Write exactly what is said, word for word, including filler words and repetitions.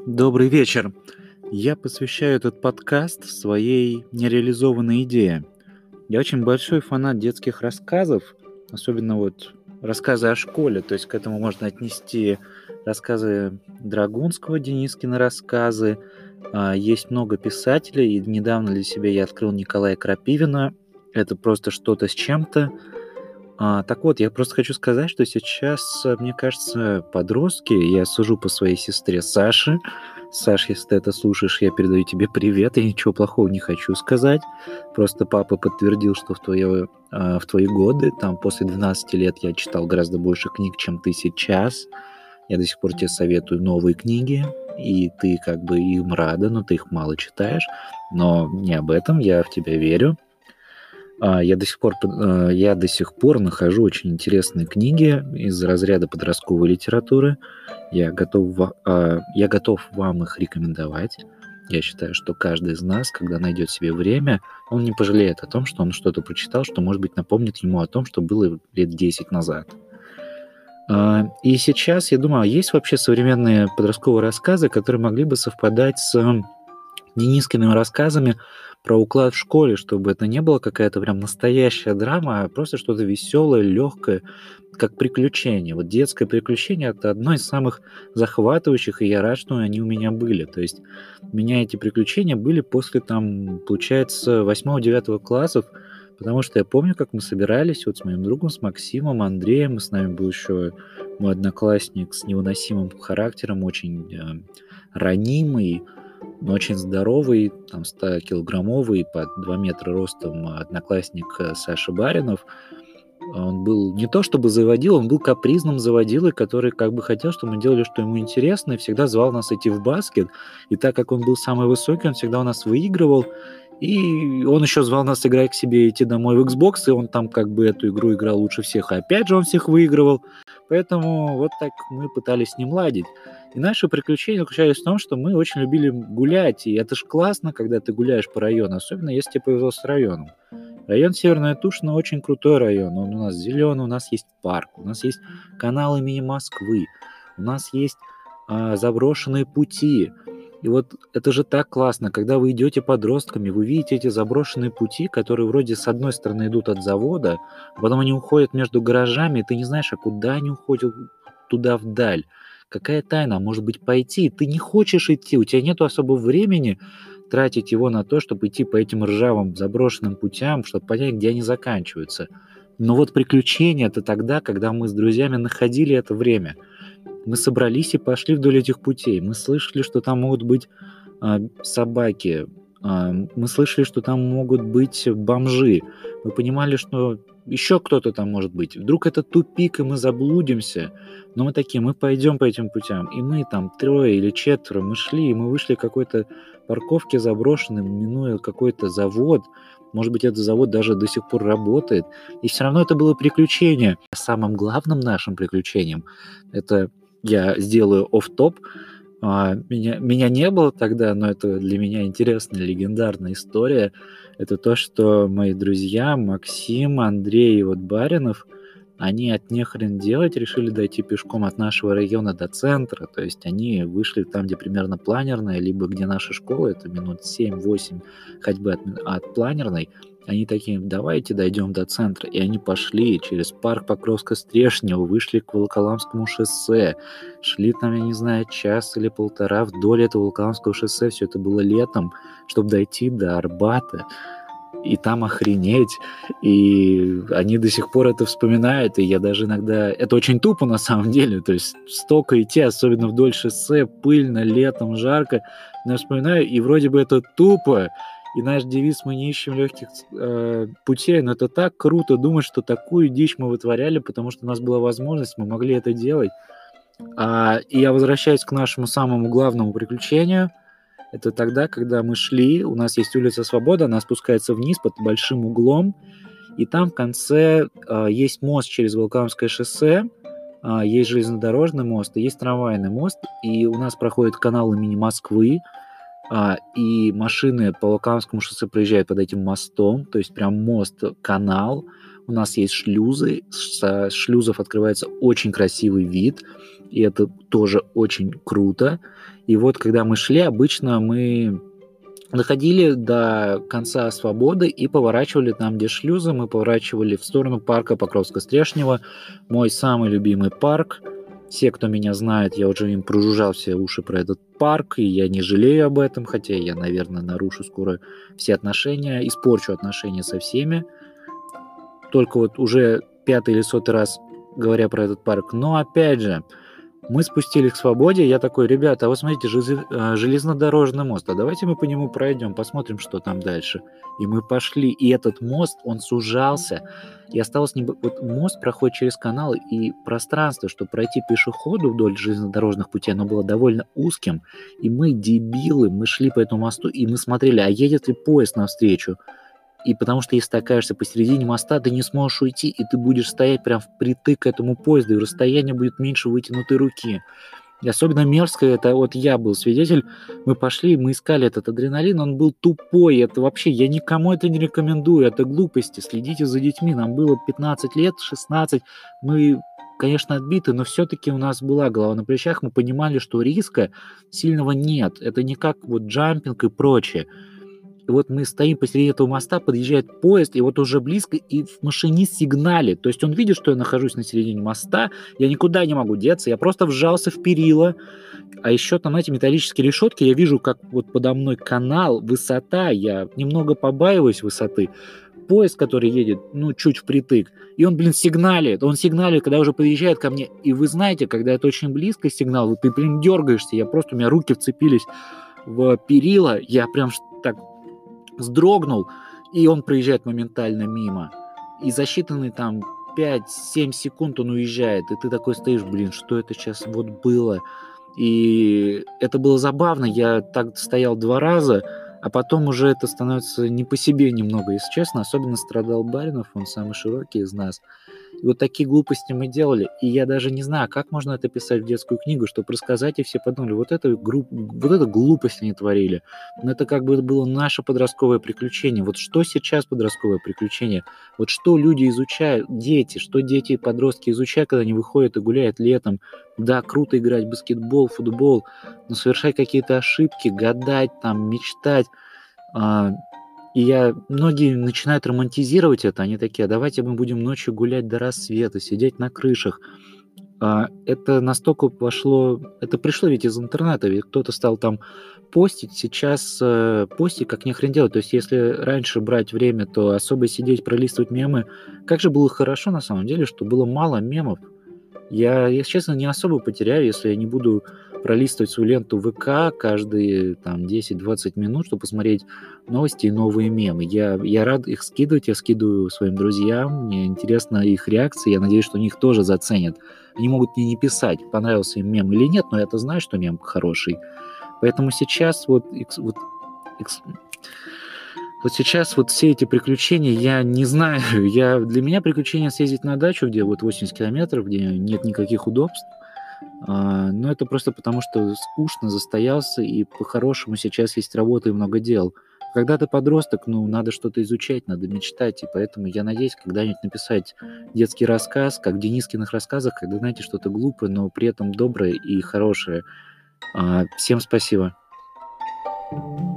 Добрый вечер. Я посвящаю этот подкаст своей нереализованной идее. Я очень большой фанат детских рассказов, особенно вот рассказы о школе. То есть к этому можно отнести рассказы Драгунского, Денискины рассказы. А, Есть много писателей, и недавно для себя я открыл Николая Крапивина. Это просто что-то с чем-то. А, так вот, я просто хочу сказать, что сейчас, э, мне кажется, подростки, я сужу по своей сестре Саше. Саш, если ты это слушаешь, я передаю тебе привет, я ничего плохого не хочу сказать. Просто папа подтвердил, что в, твое, а, в твои годы, там, после двенадцати лет я читал гораздо больше книг, чем ты сейчас. Я до сих пор тебе советую новые книги, и ты как бы им рада, но ты их мало читаешь. Но не об этом, я в тебя верю. А, я до сих пор, под- а, я до сих пор нахожу очень интересные книги из разряда подростковой литературы. Я готов, ва- а, я готов вам их рекомендовать. Я считаю, что каждый из нас, когда найдет себе время, он не пожалеет о том, что он что-то прочитал, что, может быть, напомнит ему о том, что было лет десять назад. А, И сейчас, я думаю, а есть вообще современные подростковые рассказы, которые могли бы совпадать с Денискиными рассказами про уклад в школе, чтобы это не была какая-то прям настоящая драма, а просто что-то веселое, легкое, как приключение. Вот детское приключение — это одно из самых захватывающих, и я рад, что они у меня были. То есть у меня эти приключения были после, там, получается, восьмого-девятого классов, потому что я помню, как мы собирались вот с моим другом, с Максимом, Андреем, и с нами был еще мой одноклассник с невыносимым характером, очень э, ранимый, но очень здоровый, там ста-килограммовый, под два метра ростом одноклассник э, Саша Баринов. Он был не то чтобы заводил, он был капризным заводилой, который как бы хотел, чтобы мы делали, что ему интересно, и всегда звал нас идти в баскет. И так как он был самый высокий, он всегда у нас выигрывал. И он еще звал нас играть к себе, идти домой в Xbox, и он там как бы эту игру играл лучше всех, и опять же он всех выигрывал. Поэтому вот так мы пытались с ним ладить. И наши приключения заключались в том, что мы очень любили гулять, и это ж классно, когда ты гуляешь по району, особенно если тебе повезло с районом. Район Северная Тушина очень крутой район. Он у нас зеленый, у нас есть парк, у нас есть канал имени Москвы, у нас есть а, заброшенные пути. И вот это же так классно, когда вы идете подростками, вы видите эти заброшенные пути, которые вроде с одной стороны идут от завода, а потом они уходят между гаражами, и ты не знаешь, а куда они уходят туда вдаль. Какая тайна? А может быть, пойти? Ты не хочешь идти, у тебя нет особо времени тратить его на то, чтобы идти по этим ржавым заброшенным путям, чтобы понять, где они заканчиваются. Но вот приключения — это тогда, когда мы с друзьями находили это время. Мы собрались и пошли вдоль этих путей. Мы слышали, что там могут быть а, собаки. А, мы слышали, что там могут быть бомжи. Мы понимали, что еще кто-то там может быть. Вдруг это тупик, и мы заблудимся. Но мы такие, мы пойдем по этим путям. И мы там трое или четверо, мы шли, и мы вышли к какой-то парковке заброшенной, минуя какой-то завод. Может быть, этот завод даже до сих пор работает. И все равно это было приключение. Самым главным нашим приключением — это я сделаю офф-топ. А, меня, меня не было тогда, но это для меня интересная, легендарная история. Это то, что мои друзья Максим, Андрей и вот Баринов, они от нехрен делать решили дойти пешком от нашего района до центра. То есть они вышли там, где примерно Планерная, либо где наша школа, это минут семь-восемь ходьбы от, от Планерной. Они такие, давайте дойдем до центра. И они пошли через парк Покровско-Стрешнево, вышли к Волоколамскому шоссе, шли там, я не знаю, час или полтора вдоль этого Волоколамского шоссе. Все это было летом, чтобы дойти до Арбата и там охренеть. И они до сих пор это вспоминают, и я даже иногда... Это очень тупо на самом деле, то есть столько идти, особенно вдоль шоссе, пыльно, летом, жарко. Но я вспоминаю, и вроде бы это тупо, и наш девиз «Мы не ищем легких э, путей», но это так круто думать, что такую дичь мы вытворяли, потому что у нас была возможность, мы могли это делать. А, и я возвращаюсь к нашему самому главному приключению. Это тогда, когда мы шли, у нас есть улица Свобода, она спускается вниз под большим углом, и там в конце а, есть мост через Волоколамское шоссе, а, есть железнодорожный мост, и есть трамвайный мост, и у нас проходит канал имени Москвы, а, и машины по Волоколамскому шоссе проезжают под этим мостом, то есть прям мост-канал. У нас есть шлюзы, со шлюзов открывается очень красивый вид, и это тоже очень круто. И вот когда мы шли, обычно мы доходили до конца Свободы и поворачивали там, где шлюзы, мы поворачивали в сторону парка Покровско-Стрешнева, мой самый любимый парк. Все, кто меня знает, я уже им прожужжал все уши про этот парк, и я не жалею об этом, хотя я, наверное, нарушу скоро все отношения, испорчу отношения со всеми. Только вот уже пятый или сотый раз говоря про этот парк. Но опять же, мы спустились к Свободе, я такой: ребята, а вот смотрите, железнодорожный мост, а давайте мы по нему пройдем, посмотрим, что там дальше. И мы пошли, и этот мост, он сужался, и осталось не... Вот мост проходит через канал, и пространство, чтобы пройти пешеходу вдоль железнодорожных путей, оно было довольно узким, и мы, дебилы, мы шли по этому мосту, и мы смотрели, а едет ли поезд навстречу. И потому что если ты окажешься посередине моста, ты не сможешь уйти, и ты будешь стоять прям впритык к этому поезду, и расстояние будет меньше вытянутой руки. И особенно мерзко это, вот я был свидетель, мы пошли, мы искали этот адреналин, он был тупой, это вообще, я никому это не рекомендую, это глупости, следите за детьми, нам было пятнадцать лет, шестнадцать, мы, конечно, отбиты, но все-таки у нас была голова на плечах, мы понимали, что риска сильного нет, это не как вот джампинг и прочее. И вот мы стоим посреди этого моста, подъезжает поезд, и вот уже близко, и машинист сигналит. То есть он видит, что я нахожусь на середине моста, я никуда не могу деться, я просто вжался в перила. А еще там эти металлические решетки, я вижу, как вот подо мной канал, высота, я немного побаиваюсь высоты. Поезд, который едет, ну, чуть впритык, и он, блин, сигналит. Он сигналит, когда уже подъезжает ко мне. И вы знаете, когда это очень близко сигнал, ты, блин, дергаешься, я просто, у меня руки вцепились в перила, я прям так вздрогнул, и он проезжает моментально мимо. И за считанные там пять-семь секунд он уезжает, и ты такой стоишь, блин, что это сейчас вот было? И это было забавно, я так стоял два раза, а потом уже это становится не по себе немного, если честно. Особенно страдал Баринов, он самый широкий из нас. И вот такие глупости мы делали. И я даже не знаю, как можно это писать в детскую книгу, чтобы рассказать, и все подумали, вот это, групп... вот это глупость они творили. Но это как бы было наше подростковое приключение. Вот что сейчас подростковое приключение? Вот что люди изучают, дети, что дети и подростки изучают, когда они выходят и гуляют летом. Да, круто играть в баскетбол, футбол, но совершать какие-то ошибки, гадать, там, мечтать. И я, многие начинают романтизировать это, они такие: а давайте мы будем ночью гулять до рассвета, сидеть на крышах. А, это настолько пошло, это пришло ведь из интернета, ведь кто-то стал там постить, сейчас э, постить как ни хрен делать. То есть если раньше брать время, то особо сидеть, пролистывать мемы, как же было хорошо на самом деле, что было мало мемов. Я, если честно, не особо потеряю, если я не буду пролистывать свою ленту ВК каждые там десять-двадцать минут, чтобы посмотреть новости и новые мемы. Я, я рад их скидывать, я скидываю своим друзьям, мне интересна их реакция, я надеюсь, что они их тоже заценят. Они могут мне не писать, понравился им мем или нет, но я-то знаю, что мем хороший. Поэтому сейчас вот, вот, вот сейчас вот все эти приключения, я не знаю, я, для меня приключение съездить на дачу, где вот восемьдесят километров, где нет никаких удобств, а, но это просто потому, что скучно, застоялся, и по-хорошему сейчас есть работа и много дел. Когда ты подросток, ну, надо что-то изучать, надо мечтать, и поэтому я надеюсь когда-нибудь написать детский рассказ, как в Денискиных рассказах, когда, знаете, что-то глупое, но при этом доброе и хорошее. А, всем спасибо.